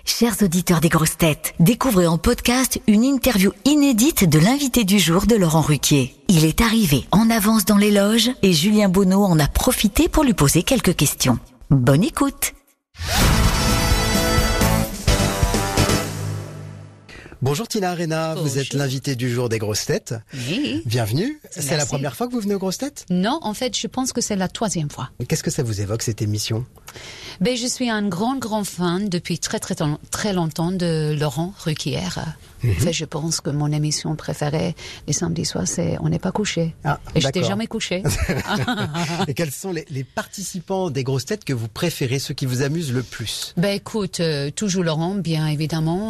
Chers auditeurs des grosses têtes, découvrez en podcast une interview inédite de l'invité du jour de Laurent Ruquier. Il est arrivé en avance dans les loges et Julien Bonneau en a profité pour lui poser quelques questions. Bonne écoute. Bonjour Tina Arena, Bonjour. Vous êtes l'invitée du jour des grosses têtes. Oui. Bienvenue. Merci. C'est la première fois que vous venez aux grosses têtes ? Non, en fait, je pense que c'est la 3e fois. Qu'est-ce que ça vous évoque cette émission ? Je suis un grand fan depuis très longtemps de Laurent Ruquier. En fait, je pense que mon émission préférée les samedis soirs, c'est On n'est pas couché. Ah, Et je t'ai d'accord. jamais couché. Et quels sont les participants des grosses têtes que vous préférez, ceux qui vous amusent le plus ? Écoute, toujours Laurent, bien évidemment.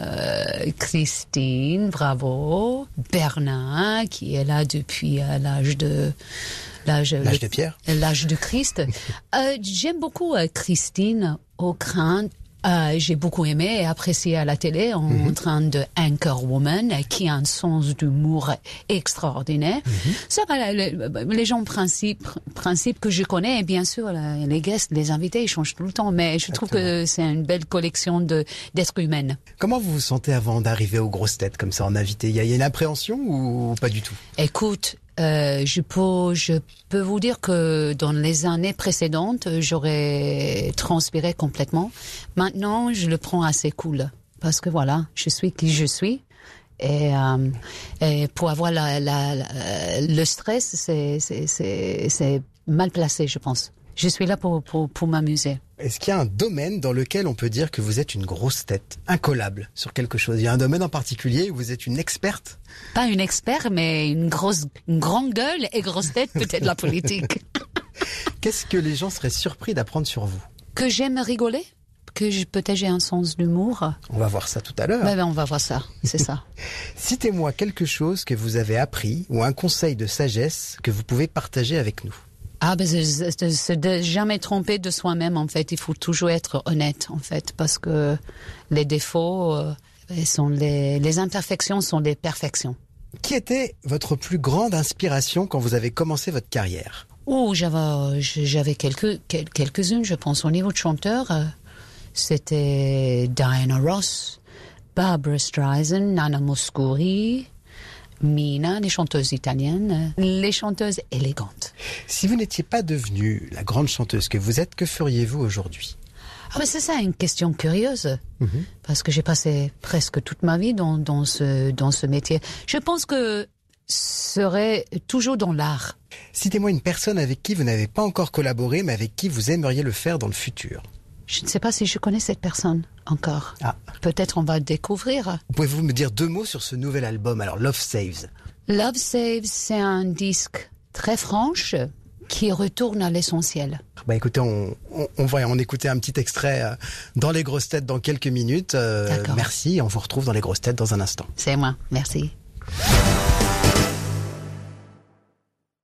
Christine, bravo. Bernard, qui est là depuis l'âge de Pierre. L'âge de Christ. J'aime beaucoup Christine Aucrin. J'ai beaucoup aimé et apprécié à la télé en train de Anchorwoman, qui a un sens d'humour extraordinaire. Ça va, les gens principe que je connais, et bien sûr, les guests, les invités, ils changent tout le temps, mais je trouve que c'est une belle collection d'êtres humains. Comment vous vous sentez avant d'arriver aux grosses têtes comme ça en invité ? Il y a une appréhension ou pas du tout ? Écoute, je peux vous dire que dans les années précédentes, j'aurais transpiré complètement. Maintenant, je le prends assez cool. Parce que voilà, je suis qui je suis. Et pour avoir le stress, c'est mal placé, je pense. Je suis là pour m'amuser. Est-ce qu'il y a un domaine dans lequel on peut dire que vous êtes une grosse tête, incollable sur quelque chose ? Il y a un domaine en particulier où vous êtes une experte ? Pas une experte, mais une grande gueule et grosse tête, peut-être la politique. Qu'est-ce que les gens seraient surpris d'apprendre sur vous ? Que j'aime rigoler ? Que peut-être j'ai un sens d'humour. On va voir ça tout à l'heure. On va voir ça, c'est ça. Citez-moi quelque chose que vous avez appris ou un conseil de sagesse que vous pouvez partager avec nous. C'est de jamais tromper de soi-même, en fait. Il faut toujours être honnête, en fait, parce que les défauts sont les imperfections sont des perfections. Qui était votre plus grande inspiration quand vous avez commencé votre carrière ? J'avais quelques-unes, je pense. Au niveau de chanteur, c'était Diana Ross, Barbra Streisand, Nana Mouskouri, Mina, les chanteuses italiennes, les chanteuses élégantes. Si vous n'étiez pas devenue la grande chanteuse que vous êtes, que feriez-vous aujourd'hui ? C'est ça, une question curieuse. Parce que j'ai passé presque toute ma vie dans ce métier. Je pense que serait toujours dans l'art. Citez-moi une personne avec qui vous n'avez pas encore collaboré, mais avec qui vous aimeriez le faire dans le futur. Je ne sais pas si je connais cette personne encore. Ah. Peut-être on va le découvrir. Pouvez-vous me dire 2 mots sur ce nouvel album, alors Love Saves ? Love Saves, c'est un disque très franche qui retourne à l'essentiel. Écoutez, on va en écouter un petit extrait dans les grosses têtes dans quelques minutes. D'accord. Merci, on vous retrouve dans les grosses têtes dans un instant. C'est moi, merci.